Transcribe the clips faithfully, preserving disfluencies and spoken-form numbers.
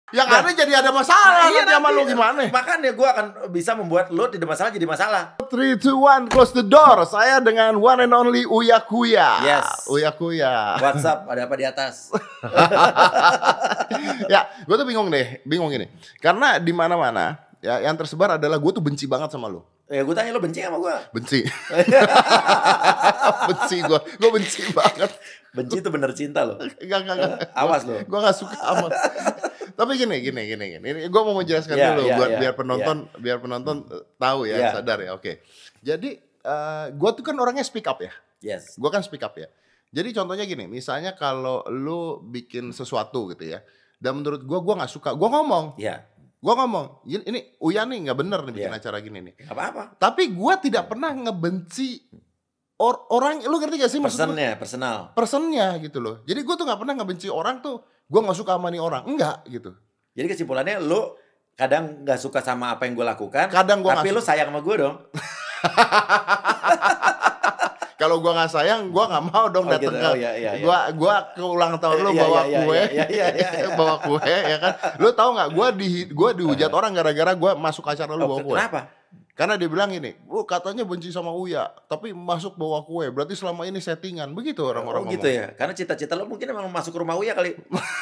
Yang ada jadi ada masalah Nah, iya nanti sama nanti. lu gimana? Makanya gue akan bisa membuat lu tidak masalah jadi masalah. three, two, one, close the door. Saya dengan one and only Uya Kuya. Yes. Uya Kuya. WhatsApp ada apa di atas? Ya, gue tuh bingung deh, bingung gini. Karena di mana-mana ya yang tersebar adalah gue tuh benci banget sama lu. Ya gue tanya lu benci sama gue? Benci. benci gue, gue benci banget. Benci itu bener cinta loh. Enggak, enggak, enggak. Awas lo. Gue gak suka amat. Tapi gini, gini, gini, gini. Ini gue mau menjelaskan Ya, dulu ya, buat ya, biar penonton, biar penonton uh, tahu ya, Ya. sadar ya. Oke. Jadi uh, gue tuh kan orangnya speak up ya. Yes. Gue kan speak up ya. Jadi contohnya gini, misalnya kalau lu bikin sesuatu gitu ya, dan menurut gue, gue nggak suka, gue ngomong, Ya. gue ngomong, ini, ini Uya nih nggak bener nih bikin Ya. acara gini nih. Gak apa-apa. Tapi gue tidak pernah ngebenci or, orang, lu ngerti gak sih maksud gue? Personnya, personal. Personnya gitu loh. Jadi gue tuh nggak pernah ngebenci orang tuh, gue nggak suka sama nih orang, enggak gitu. Jadi kesimpulannya lu kadang nggak suka sama apa yang gue lakukan, Kadang gua tapi nggak lu sayang sama gue dong. Kalau gue nggak sayang, gue nggak mau dong Oh, datang gitu. ke, Oh, iya, iya, iya. gue gue ke ulang tahun lu Iya, bawa iya, iya, kue, iya, iya, iya, iya. bawa kue ya kan. Lu tahu nggak? Gue di gue dihujat orang gara-gara gue masuk acara lu Oh, bawa kue. kenapa? Karena dia bilang gini, oh, katanya benci sama Uya, tapi masuk bawa kue, berarti selama ini settingan. Begitu orang-orang Oh gitu ya. Karena cita-cita lo mungkin emang masuk ke rumah Uya kali.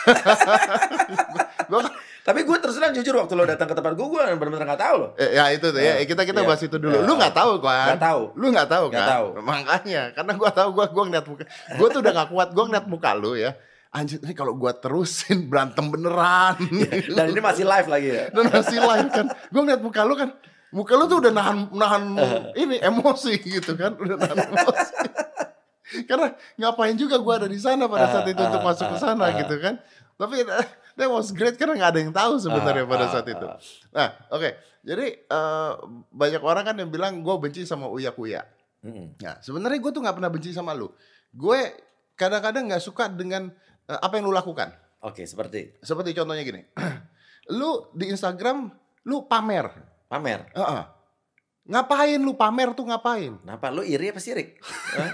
Gua, Tapi gue terus terang jujur waktu lo datang ke tempat gue, gue benar-benar nggak tahu loh. eh, ya itu tuh ya, kita kita Iya. bahas itu dulu. Iya. Lu nggak tahu kan? Nggak tahu. Lu nggak tahu kan? Nggak tahu. Makanya, karena gua tahu, gua gua ngeliat muka, gua tuh udah nggak kuat, gua ngeliat muka lu ya. Anjir, ini kalau gua terusin berantem beneran. Dan ini masih live lagi ya. Dan masih live kan. Gua ngeliat muka lu kan, muka lu tuh udah nahan nahan ini emosi gitu kan, udah nahan emosi. Karena ngapain juga gua ada di sana pada saat itu untuk masuk ke sana gitu kan. Tapi that was great karena nggak ada yang tahu sebenarnya pada saat itu. Nah, oke. Jadi eh, banyak orang kan yang bilang gue benci sama Uya Kuya. Mm-mm. Nah, sebenarnya gue tuh nggak pernah benci sama lu. Gue kadang-kadang nggak suka dengan eh, apa yang lu lakukan. Oke, seperti Seperti contohnya gini, lu di Instagram lu pamer. pamer. Heeh. Ngapain lu pamer tuh ngapain? Kenapa? Lu iri apa sirik? Hah?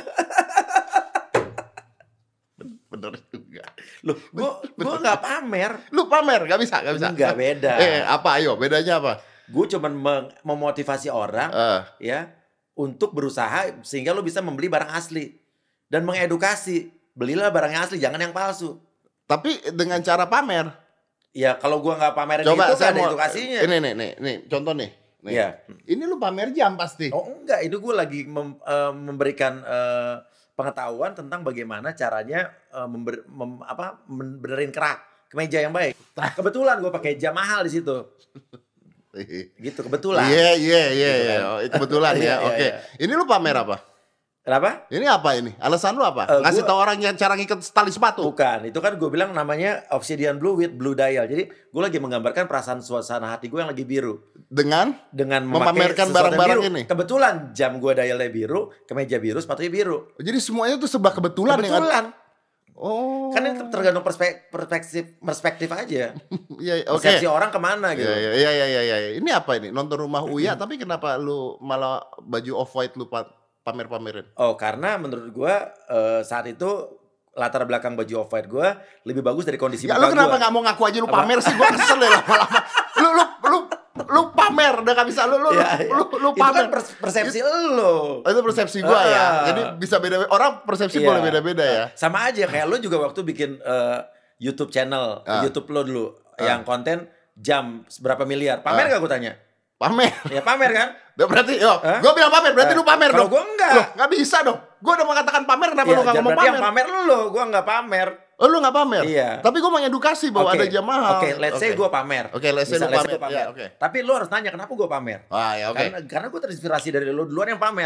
Bener juga. Lu, gue gue nggak pamer. Lu pamer, nggak bisa, nggak bisa. Nggak, beda. Eh, apa? Ayo, bedanya apa? Gue cuman mem- memotivasi orang Eh, ya untuk berusaha sehingga lu bisa membeli barang asli dan mengedukasi. Belilah barang yang asli, jangan yang palsu. tapi dengan cara pamer. Ya kalau gua nggak pamerin Coba itu saya nggak ada mau edukasinya. Ini nih, nih, nih, contoh nih. Nih. Iya. Ini lu pamer jam pasti. Oh enggak, itu gue lagi mem- eh, memberikan eh, pengetahuan tentang bagaimana caranya eh, member- mem- apa men- benerin kerak kemeja yang baik. Kebetulan gue pakai jam mahal di situ. Gitu kebetulan. Iya, iya, iya, Gitu iya. kan. Oh, itu kebetulan Iya, ya. iya, Oke. iya. Ini lu pamer apa? Kenapa? Ini apa ini? Alasan lu apa? Eh, Ngasih gua- tahu orang yang cara ngikat tali sepatu. Bukan, itu kan gue bilang namanya Obsidian Blue with Blue Dial. Jadi gue lagi menggambarkan perasaan suasana hati gue yang lagi biru. Dengan Dengan Memamerkan memakai sesuatu yang barang-barang biru. ini. Kebetulan jam gue dialnya biru, kemeja biru, sepatunya biru. jadi semuanya tuh sebab kebetulan, yang ada- Kebetulan. Oh. Kan itu tergantung perspek- perspektif perspektif aja. Iya, oke. Persepsi orang kemana gitu. Iya, iya, iya, iya, iya. Ini apa ini? Nonton Rumah Uya, tapi kenapa lu malah baju off white lu pa- pamer-pamerin? Oh, karena menurut gua eh, saat itu latar belakang baju off white gua lebih bagus dari kondisi Ya muka lu kenapa gua. nggak mau ngaku aja lu Apa? pamer sih? Gua kesel deh lama-lama. Lu lu lu lu pamer udah gak bisa lu lu Ya, ya. lu, lu Itu kan pamer. pers- persepsi lo. Oh, itu persepsi gua ya. Ah. Jadi bisa beda orang persepsi Iya. boleh beda-beda ya. Sama aja kayak lo juga waktu bikin eh, YouTube channel, Ah. YouTube lo dulu Ah. yang konten jam berapa miliar. Pamer Ah. gak gue tanya? Pamer. Ya pamer kan? Udah berarti yo, Hah? gua bilang pamer, berarti Eh, lu pamer kalau dong. gua enggak. Loh, nggak bisa dong. Gua udah mengatakan pamer, kenapa Ya, lu nggak jangan ngomong berarti pamer? yang pamer lo, gua nggak pamer. Oh, lu nggak pamer? Iya. Tapi gua mengedukasi bahwa Oke. ada jam mahal. Oke, let's say Oke. gue pamer. Oke, let's say Bisa, lu pamer. gua Ya, oke. Tapi lo harus nanya kenapa gue pamer. Wah, ya oke. Karena karena gue terinspirasi dari lo duluan yang pamer.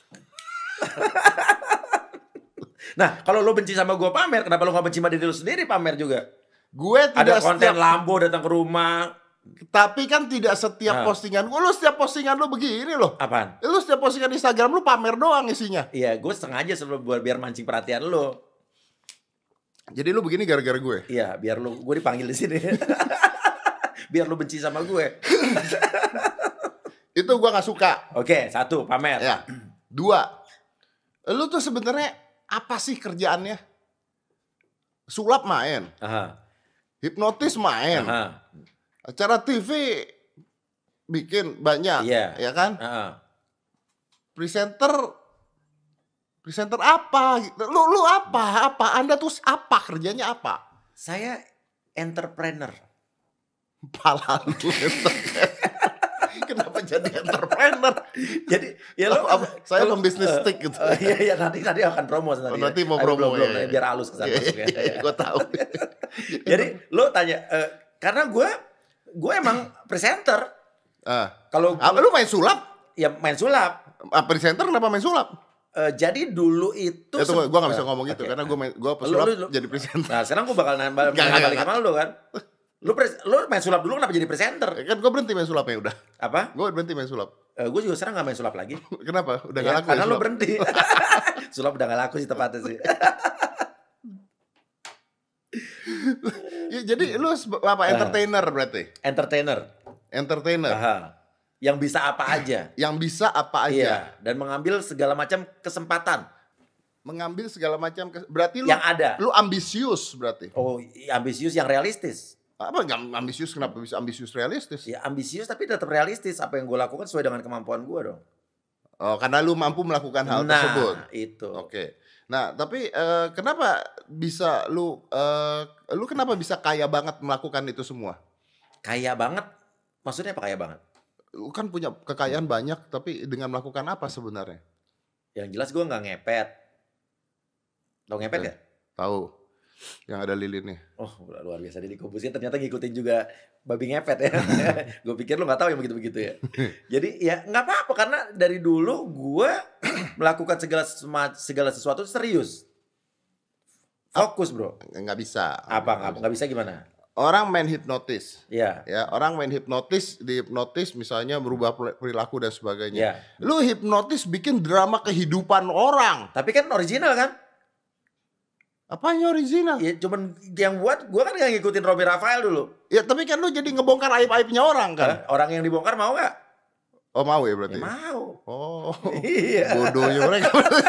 Nah, kalau lo benci sama gue pamer, kenapa lo gak benci sama diri lo sendiri pamer juga? Gue Ada tidak konten setiap, Lambo datang ke rumah. tapi kan tidak setiap Nah. postingan. Gua lu setiap postingan lu begini loh. Apaan? Lu setiap postingan Instagram lu pamer doang isinya. Iya, gue sengaja sebelum buat biar mancing perhatian lo. Jadi lu begini gara-gara gue. Iya, biar lo gue dipanggil di sini. Biar lo benci sama gue. Itu gua nggak suka. Oke, satu pamer. Ya. Dua. Lu tuh sebenarnya apa sih kerjaannya? Sulap main. Aha. hipnotis main. Aha. Acara T V bikin banyak, Iya. ya kan? Aha. Presenter, presenter apa? Gitu. Lu lu apa? Apa? Anda tuh apa? Kerjanya apa? Saya entrepreneur. Pala lu. Kenapa jadi entrepreneur? Jadi ya lo Apa, saya pembisnis uh, stick gitu. Uh, iya iya nanti nanti akan promo nanti. Oh, nanti ya. mau Ada promo belum, belum, ya, ya. biar halus kesana masuknya. Gue tahu. Jadi lo tanya uh, karena gue gue emang presenter. Ah. Kalau Apa lu main sulap? ya main sulap. Ah, presenter kenapa main sulap? Uh, jadi dulu itu Itu gue gak bisa uh, ngomong gitu okay. karena gue main gue Lu- pesulap lu- lu- jadi presenter. Nah sekarang gue bakal nanya Nggak, nggak, balik nggak. sama lo kan. Lu pres, lu main sulap dulu kenapa jadi presenter? Kan gue berhenti main sulapnya udah. Apa? Gue berhenti main sulap. Uh, gue juga sekarang gak main sulap lagi. Kenapa? Udah Ya, gak laku karena ya lu sulap? berhenti. Sulap udah gak laku sih tepatnya sih. Ya, jadi lu sebe- apa entertainer berarti? Entertainer. Entertainer. Aha. Yang bisa apa aja. Yang bisa apa aja. Iya. Dan mengambil segala macam kesempatan Mengambil segala macam kes- berarti lu yang ada. lu ambisius berarti. Oh, ambisius yang realistis. Apa enggak ambisius, kenapa bisa ambisius realistis? Ya ambisius tapi tetap realistis. Apa yang gue lakukan sesuai dengan kemampuan gue dong. Oh, karena lu mampu melakukan hal nah, tersebut. itu. Oke. Nah, tapi eh, kenapa bisa lu eh, lu kenapa bisa kaya banget melakukan itu semua? Kaya banget. Maksudnya apa kaya banget? Lu kan punya kekayaan banyak, tapi dengan melakukan apa sebenarnya? Yang jelas gue nggak ngepet. Tau ngepet Oke. gak? Tahu. Yang ada lilinnya. Oh luar biasa. Jadi Kobusnya ternyata ngikutin juga babi ngepet ya. Gue pikir lu nggak tahu yang begitu-begitu ya. Jadi ya nggak apa-apa karena dari dulu gue melakukan segala sema- segala sesuatu serius. Fokus bro. Nggak bisa. Apa nggak nggak bisa gimana? Orang main hipnotis. Iya. Ya, orang main hipnotis, dihipnotis misalnya berubah perilaku dan sebagainya. Iya. Lu hipnotis bikin drama kehidupan orang. Tapi kan original kan? Apanya original? Ya cuman yang buat gue kan nggak ngikutin Robby Rafael dulu. Ya, tapi kan lu jadi ngebongkar aib-aibnya orang kan? Hah? Orang yang dibongkar mau nggak? Oh, mau ya berarti? Ya mau. Oh, Iya. bodohnya mereka.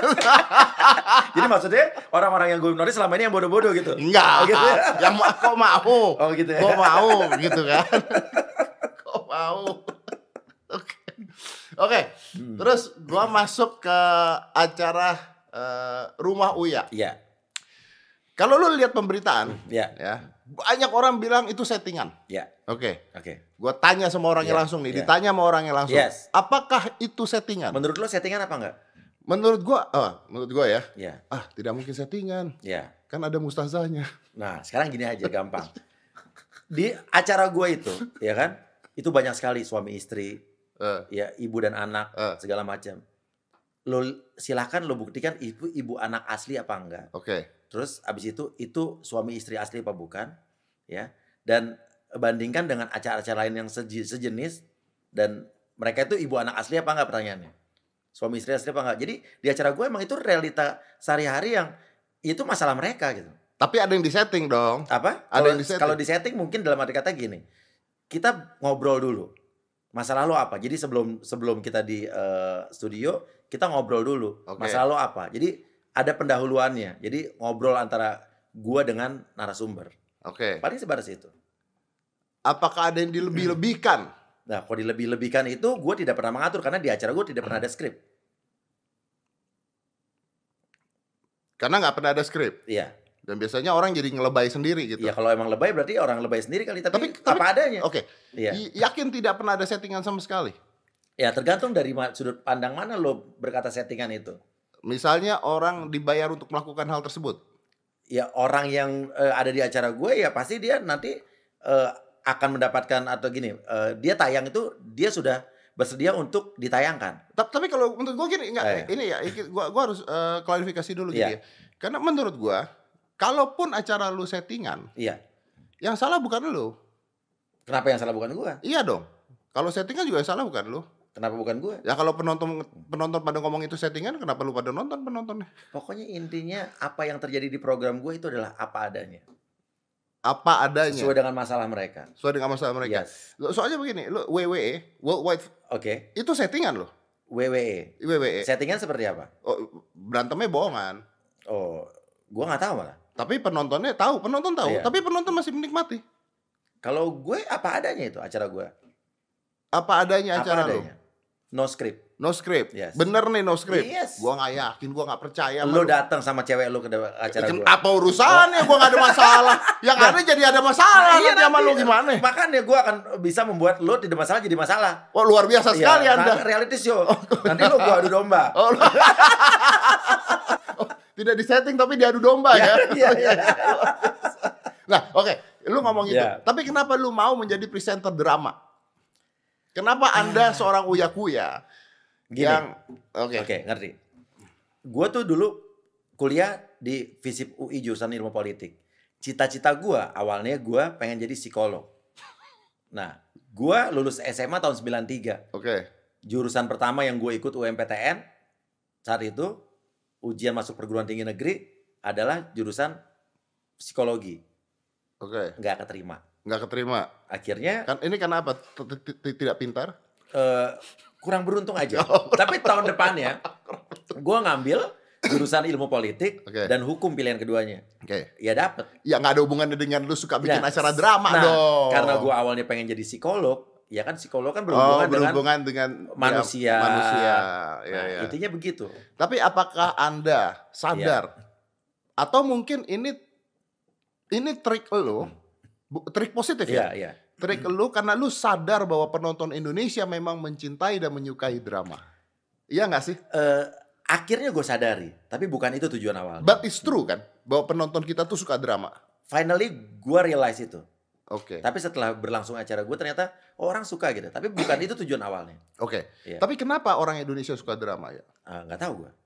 Jadi maksudnya orang-orang yang gue hipnotis selama ini yang bodoh-bodoh gitu. Enggak, Oh, gitu ya? yang ma- kok mau? Oh gitu ya. Kok mau gitu kan? Kok mau? Oke, oke. Hmm. Terus gua masuk ke acara eh, Rumah Uya. Iya. Kalau lu lihat pemberitaan, Iya. ya banyak orang bilang itu settingan. Iya. Oke, Oke. gua tanya sama orangnya Iya, langsung nih, iya. ditanya sama orangnya langsung. Yes. Apakah itu settingan? Menurut lo settingan apa enggak? Menurut gua, oh, menurut gua ya, Iya. ah tidak mungkin settingan, Iya. kan ada mustazahnya. Nah, sekarang gini aja gampang. Di acara gue itu, ya kan? Itu banyak sekali suami istri, Eh, ya ibu dan anak, Eh. segala macam. Lo silakan lo buktikan ibu ibu anak asli apa enggak. Oke, Terus abis itu itu suami istri asli apa bukan, ya? Dan bandingkan dengan acara-acara lain yang seje- sejenis dan mereka itu ibu anak asli apa enggak pertanyaannya. Suami istri asli apa enggak. Jadi di acara gue emang itu realita sehari-hari yang itu masalah mereka gitu. tapi ada yang disetting dong. Apa? Ada Kalau yang disetting. kalau disetting mungkin dalam arti kata gini. Kita ngobrol dulu. Masalah lo apa? Jadi sebelum sebelum kita di eh, studio, kita ngobrol dulu. Oke. Masalah lo apa? Jadi ada pendahuluannya. Jadi ngobrol antara gua dengan narasumber. Oke, Paling sebatas itu. apakah ada yang dilebih-lebihkan? Nah, kalau dilebih-lebihkan itu gue tidak pernah mengatur karena di acara gue tidak pernah ada skrip. Karena nggak pernah ada skrip. Iya. Dan biasanya orang jadi ngelebay sendiri gitu. Iya, kalau emang lebay berarti orang lebay sendiri kali, tapi, Tapi- tapi- apa adanya. Oke, Iya. Y- yakin tidak pernah ada settingan sama sekali? Ya, tergantung dari ma- sudut pandang mana lo berkata settingan itu. Misalnya orang dibayar untuk melakukan hal tersebut. Ya orang yang eh, ada di acara gue ya pasti dia nanti eh, akan mendapatkan atau gini, eh, dia tayang itu dia sudah bersedia untuk ditayangkan. Ta- Tapi kalau menurut gua gini, enggak, Eh. ini ya, iki- gua, gua harus eh, klarifikasi dulu gitu Iya. ya. Karena menurut gua, kalaupun acara lu settingan, Iya. yang salah bukan lu. Kenapa yang salah bukan gue? Iya dong. Kalau settingan juga yang salah bukan lu. Kenapa bukan gue? Ya kalau penonton penonton pada ngomong itu settingan, kenapa lu pada nonton penontonnya? Pokoknya intinya apa yang terjadi di program gue itu adalah apa adanya. Apa adanya, Sesuai dengan masalah mereka. sesuai dengan masalah mereka. Yes. Lo- Soalnya begini, lu W W E, Worldwide, Oke. itu settingan lo. W W E. W W E. Settingan seperti apa? Oh, berantemnya bohongan. Oh, gue nggak tahu malah. Tapi penontonnya tahu, penonton tahu, Iya. tapi penonton masih menikmati. Kalau gue apa adanya itu acara gue. Apa adanya Apa acara lu? adanya. No script. No script. Yes. Bener nih no script. Yes. Gua nggak yakin, gua nggak percaya. Lu datang sama cewek lu ke acara Ken- gue. Apa urusannya? Gua nggak ada masalah. Yang ada jadi ada masalah. Iya, nanti sama nanti. lu gimana? Makanya gue akan bisa membuat lu tidak masalah jadi masalah. Wah luar biasa sekali Iya, Anda. nah, reality show. Nanti lu gue adu domba. Oh, lu- Oh, tidak disetting tapi diadu domba ya. Iya, iya. Nah, oke, lu ngomong itu. Iya. Tapi kenapa lu mau menjadi presenter drama? Kenapa Anda seorang uya-kuya Gini. yang oke. Oke, ngerti. Gue tuh dulu kuliah di FISIP U I jurusan ilmu politik. Cita-cita gue awalnya gue pengen jadi psikolog. Nah, gue lulus S M A tahun sembilan tiga. Oke. Jurusan pertama yang gue ikut U M P T N saat itu ujian masuk perguruan tinggi negeri adalah jurusan psikologi. Oke. Nggak keterima. Nggak keterima. Akhirnya Kan ini kenapa? T- t- t- Tidak pintar? eh, kurang beruntung aja. Tapi tahun depannya gue ngambil jurusan ilmu politik Oke. dan hukum pilihan keduanya. Oke. Ya dapet. Ya nggak ada hubungannya dengan lu suka bikin Nah, acara drama nah, dong. karena gue awalnya pengen jadi psikolog, ya kan psikolog kan oh, berhubungan, berhubungan dengan, dengan manusia. ya, manusia. Ya, Nah, ya. intinya begitu. Tapi apakah Anda sadar atau mungkin ini ini trik lu, bu- trik positif Iya, ya? iya. Trik lu karena lu sadar bahwa penonton Indonesia memang mencintai dan menyukai drama. Iya nggak sih? Eh, akhirnya gue sadari, tapi bukan itu tujuan awal. But it's true kan bahwa penonton kita tuh suka drama. Finally gue realize itu. Oke. Tapi setelah berlangsung acara gue ternyata oh, orang suka gitu. Tapi bukan itu tujuan awalnya. Oke. Iya. Tapi kenapa orang Indonesia suka drama ya? Ah, nggak tahu gue.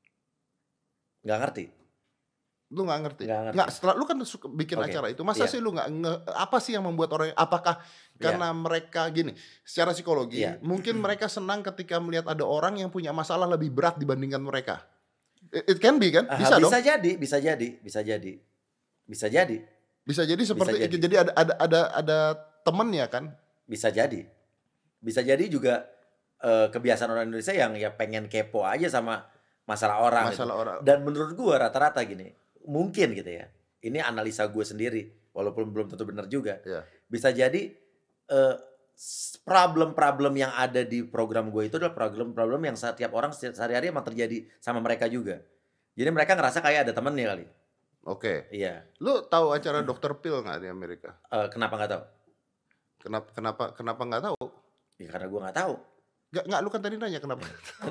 Nggak ngerti. Lu nggak ngerti? Nggak ngerti. Nggak, setelah lu kan suka bikin Oke. acara itu, masa Iya. sih lu nggak nge, apa sih yang membuat orang, apakah karena mereka gini, secara psikologi, Iya. mungkin mereka senang ketika melihat ada orang yang punya masalah lebih berat dibandingkan mereka. It, it can be kan? Ah, Bisa, bisa dong. jadi, bisa jadi, bisa jadi, bisa jadi, Bisa jadi seperti jadi. jadi ada ada ada ada temennya kan? bisa jadi, bisa jadi juga eh, kebiasaan orang Indonesia yang ya pengen kepo aja sama masalah orang. gitu. Masalah orang. Dan menurut gue rata-rata gini, mungkin gitu ya. Ini analisa gue sendiri, walaupun belum tentu benar juga. Iya. Bisa jadi eh, s- problem-problem yang ada di program gue itu adalah problem-problem yang setiap orang setiap sehari-hari emang terjadi sama mereka juga. Jadi mereka ngerasa kayak ada temennya kali. Oke. Iya. Lu tahu acara dokter Phil nggak di Amerika? Eh, kenapa nggak tahu? Kenapa kenapa kenapa nggak tahu? Ya karena gue nggak tahu. Nggak nggak lu kan tadi nanya kenapa?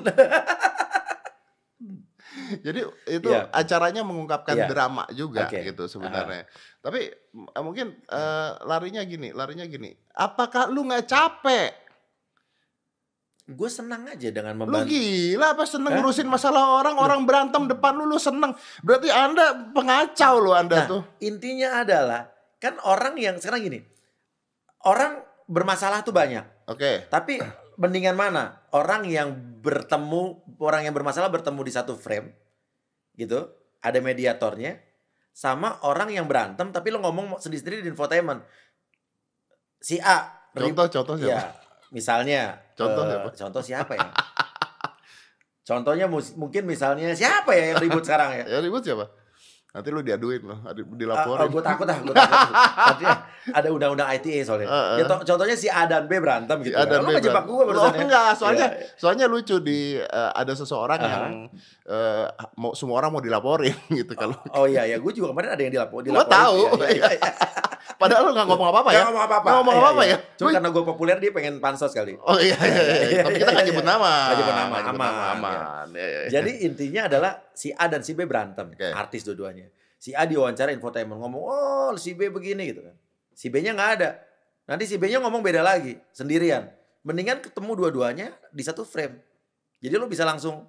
Jadi itu Iya. acaranya mengungkapkan Iya. drama juga Oke. gitu sebenarnya. Tapi m- mungkin eh, larinya gini, larinya gini. Apakah lu nggak capek? Gue senang aja dengan Lu membantu. gila apa seneng Hah? ngurusin masalah orang, orang berantem depan lu lu seneng. Berarti Anda pengacau lu Anda Nah, tuh. intinya adalah kan orang yang sekarang gini, orang bermasalah tuh banyak, Oke. tapi mendingan mana orang yang bertemu, orang yang bermasalah bertemu di satu frame, gitu, ada mediatornya, sama orang yang berantem tapi lo ngomong sendiri-sendiri di infotainment. Si A, Contoh contoh siapa? ya, misalnya, Contoh eh, siapa? contoh siapa ya? Contohnya mus- mungkin misalnya siapa ya yang ribut sekarang ya? Ya ribut siapa? Nanti lu diaduin loh, adi- Ah, dilaporin. oh, gue takut ah, gue takut. Nanti ada undang-undang I T A soalnya. Uh, uh. Ya, to- contohnya si A dan B berantem gitu. Ada Lu ngejebak gue barusan ya. enggak, soalnya Iya, iya. soalnya lucu di eh, ada seseorang Aha. yang eh, mau semua orang mau dilaporin gitu kalau. Oh iya ya, gue juga kemarin ada yang dilapor. Gua tahu. Iya, iya, iya. Padahal lu nggak ngomong apa-apa ya. Nggak ngomong apa-apa. Nggak ngomong Iya, apa-apa iya. ya. Cuma Wih. karena gue populer dia pengen pansos kali. Oh iya iya, iya. Tapi kita nggak nyebut nama. Nggak nyebut nama, Nggak nyebut aman, aman. Iya, iya, iya. Jadi intinya adalah si A dan si B berantem, Oke. artis dua-duanya. Si A diwawancara infotainment ngomong, oh si B begini gitu kan. Si B-nya nggak ada. Nanti si B-nya ngomong beda lagi, sendirian. Mendingan ketemu dua-duanya di satu frame. Jadi lo bisa langsung,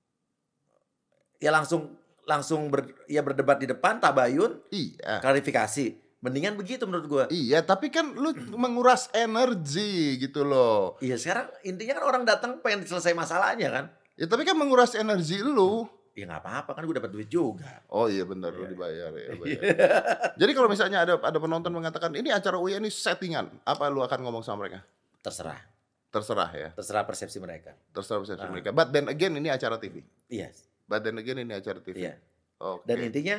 ya langsung langsung ber, ya berdebat di depan, tabayun, Iya. klarifikasi. Mendingan begitu menurut gua. Iya, tapi kan lu menguras energi gitu loh. Iya sekarang intinya kan orang datang pengen selesai masalahnya kan. Ya tapi kan menguras energi lu. Ya nggak apa-apa kan gue dapat duit juga. Oh iya benar, lu Iya. dibayar ya. Bayar. Jadi kalau misalnya ada ada penonton mengatakan ini acara U I A ini settingan, apa lu akan ngomong sama mereka? Terserah, Terserah ya, terserah persepsi mereka. terserah persepsi Ah. mereka. But then again ini acara T V. Iya, But then again ini acara T V. iya. Oke. Dan intinya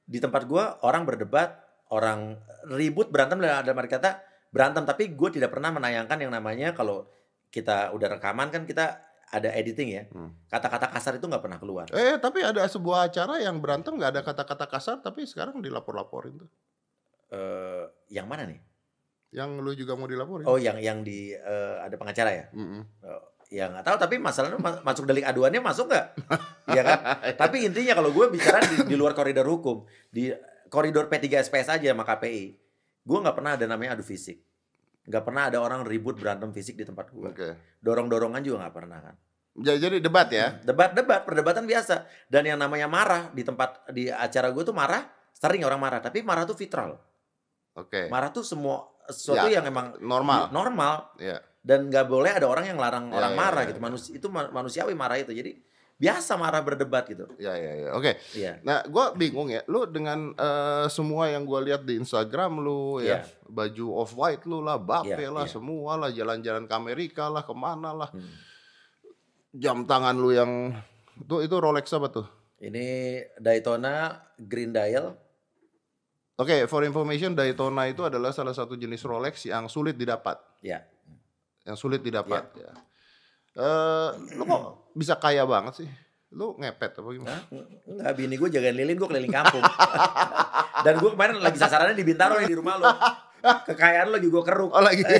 di tempat gue orang berdebat, orang ribut, berantem, dalam arti kata berantem. Tapi gue tidak pernah menayangkan yang namanya kalau kita udah rekaman kan kita ada editing ya. Hmm. Kata-kata kasar itu nggak pernah keluar. Eh tapi ada sebuah acara yang berantem nggak ada kata-kata kasar tapi sekarang dilapor-laporin tuh. Eh, yang mana nih? Yang lu juga mau dilaporin? Oh, yang yang di eh, ada pengacara ya? Mm-mm. Oh, ya nggak tahu, tapi masalahnya ma- masuk delik aduannya masuk nggak? Iya kan? Tapi intinya kalau gue bicara di, di luar koridor hukum, di koridor P tiga S P S aja sama K P I, gue nggak pernah ada namanya adu fisik. Nggak pernah ada orang ribut berantem fisik di tempat gue. Oke. Dorong-dorongan juga nggak pernah kan. Jadi, jadi debat ya? Debat-debat, perdebatan biasa. Dan yang namanya marah di tempat, di acara gue tuh marah, sering orang marah. Tapi marah tuh fitral. Oke. Marah tuh semua sesuatu Ya, yang emang normal. normal. Ya. Dan nggak boleh ada orang yang larang Ya, orang ya, marah ya, gitu. ya. Manusia itu ma- manusiawi marah itu. Jadi biasa marah berdebat gitu. Ya ya ya. Oke. Iya. Nah, gua bingung ya. Lu dengan eh, semua yang gua lihat di Instagram lu ya, Iya. baju off white lu lah, Bape Iya, lah, iya. semua lah, jalan-jalan ke Amerika lah, kemana lah. Hmm. Jam tangan lu yang itu itu Rolex apa tuh? Ini Daytona Green Dial. Oke, for information, Daytona itu adalah salah satu jenis Rolex yang sulit didapat, Ya. yang sulit didapat. Ya. Eh, lu kok bisa kaya banget sih? Lu ngepet apa gimana? Hah? Enggak, bini gue jagain lilin, gue keliling kampung. Dan gue kemarin lagi sasarannya di Bintaro nih, di rumah lo. Kekayaan lo lagi gue keruk. Oh lagi.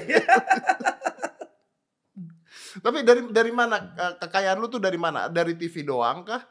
Tapi dari dari mana eh, kekayaan lu tuh dari mana? Dari T V doang kah?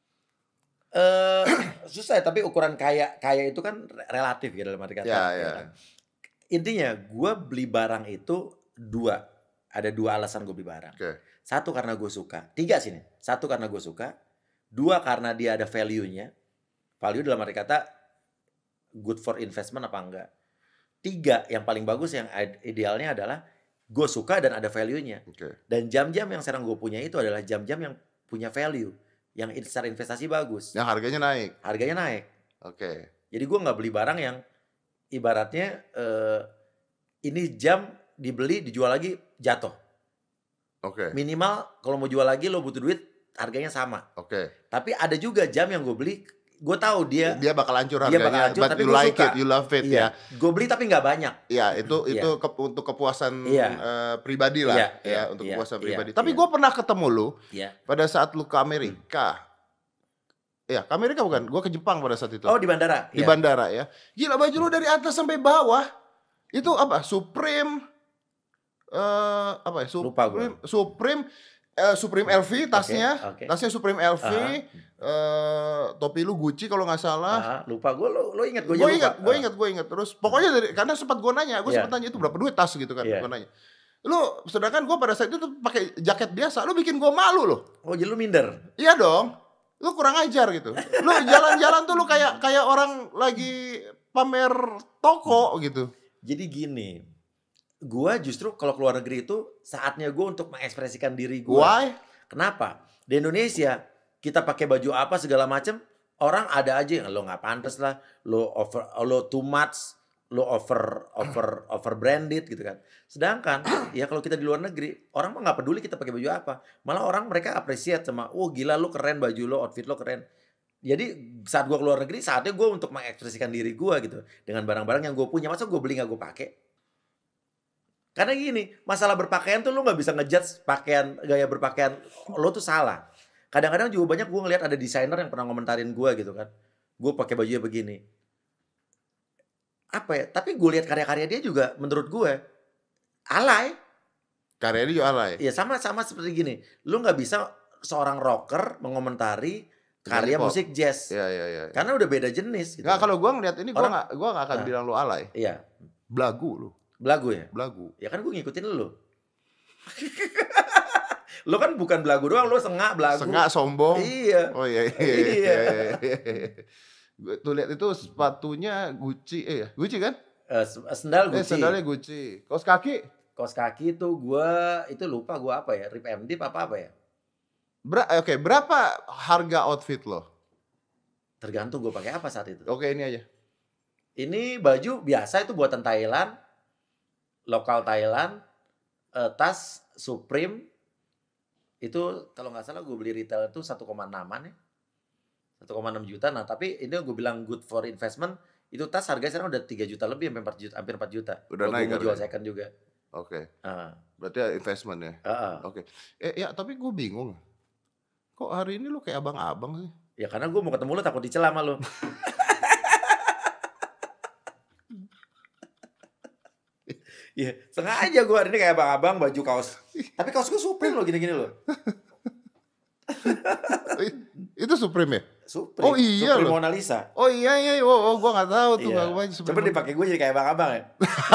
Eh susah ya, tapi ukuran kaya kaya itu kan re- relatif ya dalam arti kata. Ya, ya ya. kan? Intinya gue beli barang itu dua. Ada dua alasan gue beli barang. Oke. Satu karena gue suka. Tiga sini. Satu karena gue suka. Dua karena dia ada value-nya. Value dalam arti kata good for investment apa enggak. Tiga yang paling bagus yang ide- idealnya adalah gue suka dan ada value-nya. Oke. Dan jam-jam yang sekarang gue punya itu adalah jam-jam yang punya value. Yang in- secara investasi bagus. Yang harganya naik. Harganya naik. Oke. Jadi gue nggak beli barang yang ibaratnya eh, ini jam dibeli dijual lagi jatuh. Oke. Minimal kalau mau jual lagi lo butuh duit harganya sama. Oke. Tapi ada juga jam yang gue beli, gue tahu dia Dia bakal hancur Dia harganya, bakal hancur, but tapi you gua like suka. it, you love it iya, ya. gue beli tapi nggak banyak. Iya, itu Iya. itu ke- untuk kepuasan Iya. eh, pribadi lah, Iya, ya, iya, untuk iya, kepuasan iya, pribadi. iya. Tapi gue pernah ketemu lu Ya. pada saat lu ke Amerika. Ya, ke Amerika bukan? Gue ke Jepang pada saat itu. Oh di bandara. Di Iya. bandara ya. Gila, baju lu dari atas sampai bawah. Itu apa? Supreme eh apa ya? Supreme, Lupa gua. Supreme eh, Supreme L V tasnya. oke. Tasnya Supreme L V. Aha. eh, topi lu Gucci kalau nggak salah. Ah, lupa gue, lo, lo ingat gue Gue lupa. ingat, gue Ah. ingat, gue ingat. Terus pokoknya dari karena sempat gue nanya, gue Iya. sempat nanya itu berapa duit tas gitu kan, Iya. gue nanya. Lu sedangkan gue pada saat itu tuh pakai jaket biasa, lu bikin gue malu loh. Oh jadi lo minder. Iya dong. Lu kurang ajar gitu. Lu jalan-jalan tuh lu kayak kayak orang lagi pamer toko gitu. Jadi gini, gue justru kalau keluar negeri itu saatnya gue untuk mengekspresikan diri gue. Why? Kenapa? Di Indonesia kita pakai baju apa segala macam, orang ada aja yang lo nggak pantas lah, lo over, lo too much, lo over over over branded gitu kan. Sedangkan ya kalau kita di luar negeri, orang mah nggak peduli kita pakai baju apa, malah orang mereka appreciate sama, oh gila lo keren baju lo, outfit lo keren. Jadi saat gue keluar negeri, saatnya gue untuk mengekspresikan diri gue gitu dengan barang-barang yang gue punya. Masa gue beli nggak gue pakai? Karena gini, masalah berpakaian tuh lo nggak bisa ngejudge pakaian, gaya berpakaian lo tuh salah. Kadang-kadang juga banyak gue ngeliat ada desainer yang pernah ngomentarin gue gitu kan. Gue pakai bajunya begini. Apa ya? Tapi gue lihat karya-karya dia juga menurut gue alay. Karya dia juga alay. Ya sama-sama seperti gini. Lu nggak bisa seorang rocker mengomentari karya Hip hop. musik jazz. Iya, iya, iya. Karena udah beda jenis gitu. Nggak, kalau gue ngeliat ini gue Orang- nggak gue nggak akan Ah. bilang lu alay. Iya, Belagu lu, belagu ya. belagu. Ya kan gue ngikutin lu. Lu kan bukan belagu doang, lu sengak belagu. Sengak, sombong. Iya. Oh iya iya. Iya. iya, iya. Gue tuh lihat itu sepatunya Gucci, eh ya Gucci kan? Eh, s- sendal Eh Gucci. sandalnya Gucci. Kaos kaki Kaos kaki tuh gue itu lupa gue apa ya, Rip M D apa apa ya. Ber- eh, Oke, berapa harga outfit lo? Tergantung gue pakai apa saat itu. Oke, ini aja. Ini baju biasa itu buatan Thailand, lokal Thailand, eh, tas Supreme. Itu kalau nggak salah gue beli retail itu satu koma enaman ya. satu koma enam juta. Nah, tapi ini gue bilang good for investment, itu tas harganya sekarang udah tiga juta lebih, sampai empat juta, hampir empat juta. Udah Kalau naik gue mau jual harganya? second juga. Oke. Heeh. Berarti ya investment ya? Heeh. Oke. Eh ya tapi gue bingung. Kok hari ini lu kayak abang-abang sih? Ya karena gue mau ketemu lu takut dicela sama lu. Iya, sengaja gue hari ini kayak abang-abang baju kaos. Tapi kaos gue Supreme loh, gini-gini loh. Itu Supreme ya? Supreme. Oh iya Supreme loh. Mona Lisa. Oh iya iya, oh, oh gue nggak tahu tuh. Iya. Gak Coba dipakai gue jadi kayak abang-abang ya.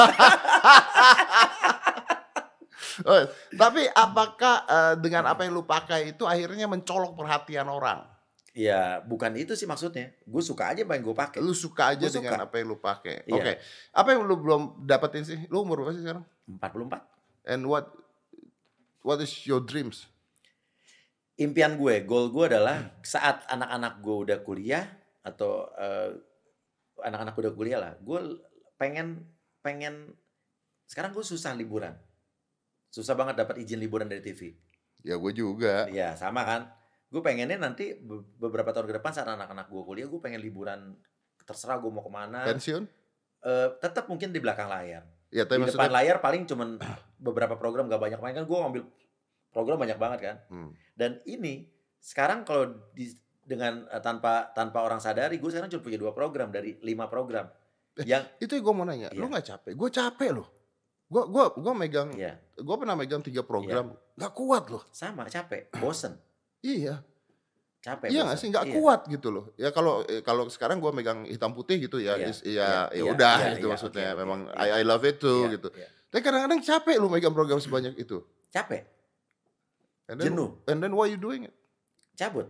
Oh, tapi apakah uh, dengan apa yang lu pakai itu akhirnya mencolok perhatian orang? Iya, bukan itu sih maksudnya. Gue suka aja apa yang gue pakai. Lu suka aja Gua dengan suka. apa yang lu pakai. Iya. Oke. Okay. Apa yang lu belum dapetin sih? Lu umur berapa sih sekarang? empat puluh empat. And what what is your dreams? Impian gue, goal gue adalah saat anak-anak gue udah kuliah atau uh, anak-anak udah kuliah lah, gue pengen pengen sekarang gue susah liburan, susah banget dapat izin liburan dari T V. Ya gue juga. Iya sama kan. Gue pengennya nanti beberapa tahun ke depan saat anak-anak gue kuliah, gue pengen liburan terserah gue mau kemana. Pensiun? Uh, tetap mungkin di belakang layar. Ya, di maksudnya... depan layar paling cuman beberapa program, gak banyak main kan. Gue ngambil program banyak banget kan. Hmm. Dan ini sekarang kalau di, dengan uh, tanpa tanpa orang sadari, gue sekarang cuma punya dua program dari lima program. Eh, yang itu gue mau nanya, iya. Lu nggak capek? Gue capek loh. Gue gua gua megang, iya. gue pernah megang tiga program, iya. Gak kuat loh. Sama capek, bosen. Iya. Capek. Iya nggak sih, nggak iya. kuat gitu loh. Ya kalau kalau sekarang gue megang hitam putih gitu ya, iya. Is, ya iya. ya udah iya. gitu iya. maksudnya. Iya. Memang iya. I, I love it too iya. gitu. Iya. Tapi kadang-kadang capek lu megang program sebanyak itu. Capek. And then, jenuh. And then why you doing it? Cabut.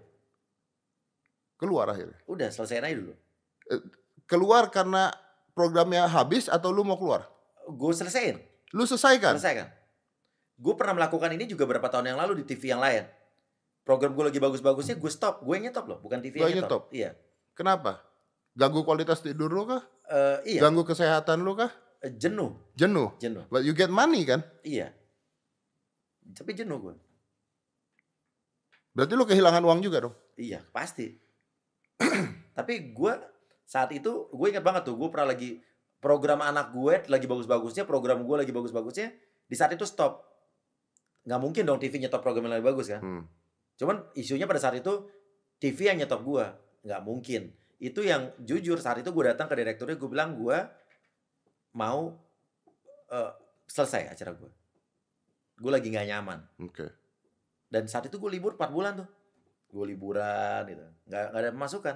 Keluar akhirnya. Udah selesaiin aja dulu. Keluar karena programnya habis atau lu mau keluar? Gue selesaiin. Lu selesaikan? Selesaikan. Gue pernah melakukan ini juga beberapa tahun yang lalu di T V yang lain. Program gue lagi bagus-bagusnya, gue stop. Gue nyetop loh, bukan T V yang nyetop. Iya. Kenapa? Ganggu kualitas tidur lu kah? Uh, iya. Ganggu kesehatan lu kah? Uh, jenuh. Jenuh? Jenuh. But you get money kan? Iya. Tapi jenuh gue. Berarti lu kehilangan uang juga dong? Iya, pasti. Tapi gue saat itu, gue ingat banget tuh, gue pernah lagi program anak gue lagi bagus-bagusnya, program gue lagi bagus-bagusnya, di saat itu stop. Nggak mungkin dong T V nyetop program yang lebih bagus kan? Hmm. Cuman isunya pada saat itu T V yang nyetop gue, nggak mungkin. Itu yang jujur saat itu gue datang ke direkturnya, gue bilang gue mau uh, selesai acara gue. Gue lagi nggak nyaman. Oke. Okay. Dan saat itu gue libur empat bulan tuh. Gue liburan gitu. Nggak, nggak ada pemasukan.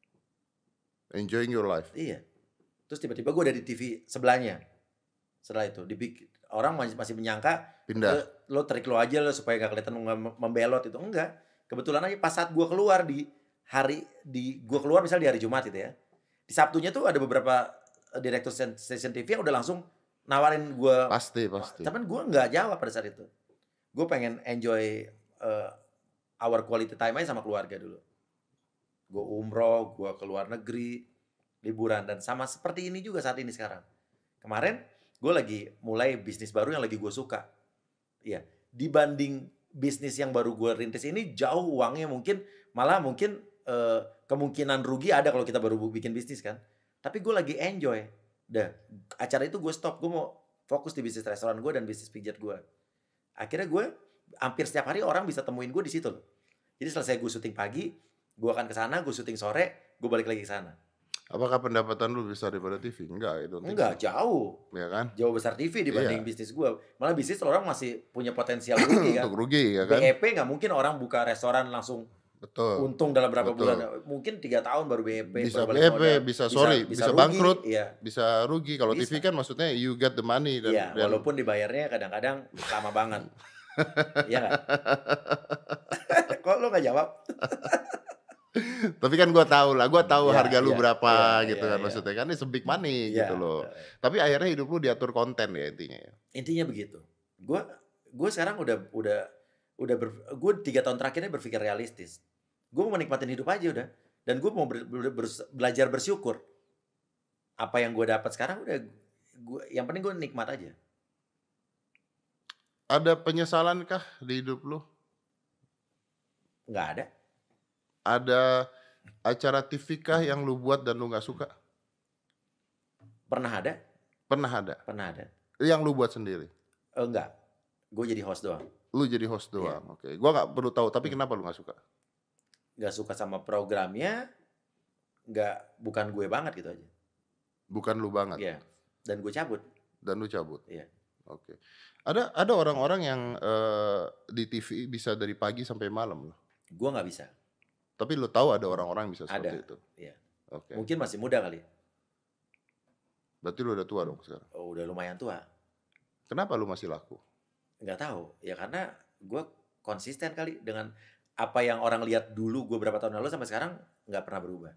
Enjoying your life. Iya. Terus tiba-tiba gue ada di T V sebelahnya. Setelah itu dipikir, orang masih, masih menyangka pindah. Lo, lo trik lo aja lo supaya gak kelihatan membelot itu. Enggak. Kebetulan aja pas saat gue keluar di hari di gue keluar misal di hari Jumat itu ya. Di Sabtunya tuh ada beberapa direktur stasiun T V yang udah langsung nawarin gue. Pasti pasti. Tapi gue nggak jawab pada saat itu. Gue pengen enjoy uh, our quality time aja sama keluarga dulu. Gue umroh, gue keluar negeri, liburan. Dan sama seperti ini juga saat ini sekarang. Kemarin gue lagi mulai bisnis baru yang lagi gue suka. Iya, dibanding bisnis yang baru gue rintis ini jauh uangnya mungkin, malah mungkin eh, kemungkinan rugi ada kalau kita baru bikin bisnis kan. Tapi gue lagi enjoy. Dah, acara itu gue stop, gue mau fokus di bisnis restoran gue dan bisnis pijat gue. Akhirnya gue hampir setiap hari orang bisa temuin gue di situ loh. Jadi selesai gue syuting pagi, gue akan ke sana, gue syuting sore, gue balik lagi ke sana. Apakah pendapatan lu besar daripada T V? Enggak, itu. Enggak, jauh. Ya kan? Jauh besar T V dibanding iya. bisnis gue. Malah bisnis orang masih punya potensial rugi kan. Untuk rugi ya kan? B E P nggak mungkin orang buka restoran langsung betul. untung dalam berapa betul. bulan. Mungkin tiga tahun baru B E P. Bisa B E P, bisa sorry, bisa, bisa, bisa bangkrut, iya. bisa rugi. Kalau T V kan maksudnya you get the money. Dan, iya, dan... walaupun dibayarnya kadang-kadang lama banget. Iya nggak? Kok lo nggak jawab? Tapi kan gue tahu lah, gue tahu ya, harga lu ya, berapa ya, gitu ya, kan ya. maksudnya kan ini big money ya, gitu loh. ya. Tapi akhirnya hidup lu diatur konten ya intinya. Intinya begitu. Gue gue sekarang udah udah udah ber, gue tiga tahun terakhirnya berpikir realistis. Gue mau menikmatin hidup aja udah, dan gue mau ber, ber, ber, belajar bersyukur. Apa yang gue dapat sekarang udah, gue yang penting gue nikmat aja. Ada penyesalan kah di hidup lu? Nggak ada. Ada Acara T V kah yang lu buat dan lu nggak suka? Pernah ada, Pernah ada? pernah ada. Yang lu buat sendiri? Eh, enggak, gue jadi host doang. Lu jadi host Iya. doang, oke. Gua nggak perlu tahu, tapi Hmm. kenapa lu nggak suka? Nggak suka sama programnya, nggak, bukan gue banget gitu aja. Bukan lu banget? Iya, dan gue cabut. Dan lu cabut? Iya. Oke. Ada ada orang-orang yang eh, di T V bisa dari pagi sampai malam loh. Gue nggak bisa. Tapi lu tahu ada orang-orang yang bisa seperti Ada. itu? Iya. Oke. Mungkin masih muda kali. Berarti lu udah tua dong sekarang? Oh, udah lumayan tua. Kenapa lu masih laku? Nggak tahu. Ya karena gue konsisten kali dengan apa yang orang lihat dulu gue berapa tahun lalu sampai sekarang nggak pernah berubah.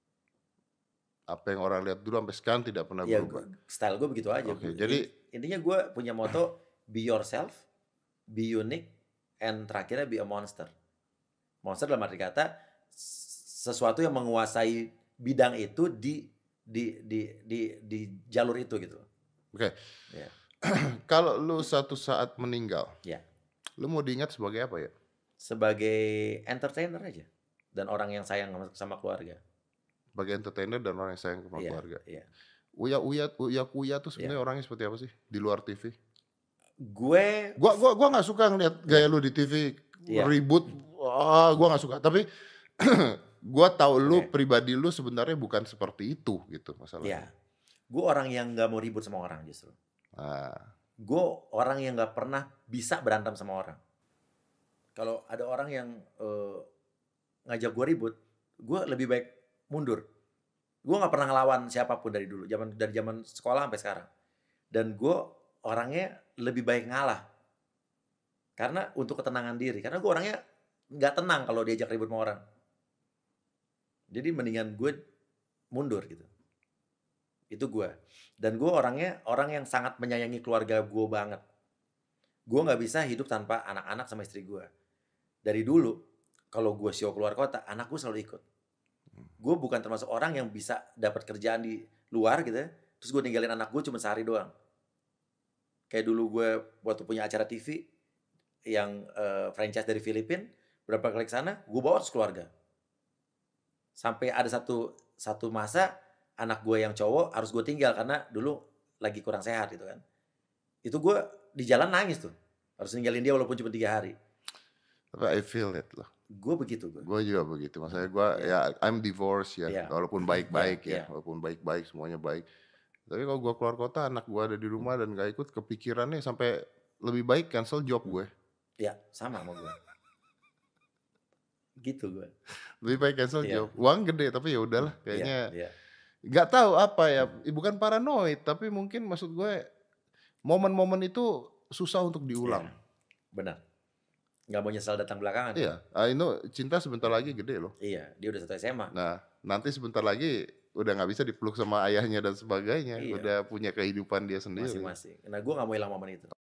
Apa yang orang lihat dulu sampai sekarang tidak pernah Ya, berubah? gua- style gue begitu aja. Oke, Gua- jadi- in- intinya gue punya moto be yourself, be unique, and terakhirnya be a monster. Monster dalam arti kata s- sesuatu yang menguasai bidang itu di di di di di jalur itu gitu. Oke. Ya. Kalau lu satu saat meninggal, Ya. lu mau diingat sebagai apa ya? Sebagai entertainer aja dan orang yang sayang sama, sama keluarga. Sebagai entertainer dan orang yang sayang sama Iya, keluarga. iya. Uya Uya Uya Kuya tuh sebenarnya orangnya seperti apa sih di luar T V? Gue Gua gua gua nggak suka ngeliat gaya lu di T V Iya. ribut. Ah, gua nggak suka. Tapi gua tahu lu Oke. pribadi lu sebenarnya bukan seperti itu gitu masalahnya. ya, gue orang yang nggak mau ribut sama orang justru. Ah, Gue orang yang nggak pernah bisa berantem sama orang. Kalau ada orang yang eh, ngajak gue ribut, gue lebih baik mundur. Gue nggak pernah ngelawan siapapun dari dulu, zaman dari zaman sekolah sampai sekarang. Dan gue orangnya lebih baik ngalah, karena untuk ketenangan diri. Karena gue orangnya nggak tenang kalau diajak ribut sama orang. Jadi mendingan gue mundur gitu. Itu gue. Dan gue orangnya orang yang sangat menyayangi keluarga gue banget. Gue nggak bisa hidup tanpa anak-anak sama istri gue. Dari dulu, kalau gue show keluar kota, anak gue selalu ikut. Gue bukan termasuk orang yang bisa dapat kerjaan di luar gitu ya, terus gue ninggalin anak gue cuma sehari doang. Kayak dulu gue waktu punya acara T V yang eh, franchise dari Filipina, berapa kali ke sana, gue bawa terus keluarga. Sampai ada satu satu masa anak gue yang cowok harus gue tinggal karena dulu lagi kurang sehat gitu kan. Itu gue di jalan nangis tuh, harus ninggalin dia walaupun cuma tiga hari. tapi I feel it loh. Gue begitu gue. Gue juga begitu. Maksudnya gue ya I'm divorced ya, Iya. walaupun baik-baik Iya, ya, walaupun baik-baik semuanya baik. Tapi kalau gue keluar kota, anak gue ada di rumah dan gak ikut, kepikirannya sampai lebih baik cancel job gue. Ya sama sama gue. Gitu gue. Lebih baik cancel Iya. job. Uang gede tapi ya udahlah Iya, kayaknya. iya. Nggak tahu apa ya, bukan paranoid tapi mungkin maksud gue momen-momen itu susah untuk diulang. Iya, benar. Nggak mau nyesal datang belakangan. Iya, ah, ini cinta sebentar lagi gede loh. Iya, dia udah satu S M A. Nah, nanti sebentar lagi udah nggak bisa dipeluk sama ayahnya dan sebagainya, Iya. udah punya kehidupan dia sendiri. Masing-masing. Nah, gue nggak mau hilang momen itu.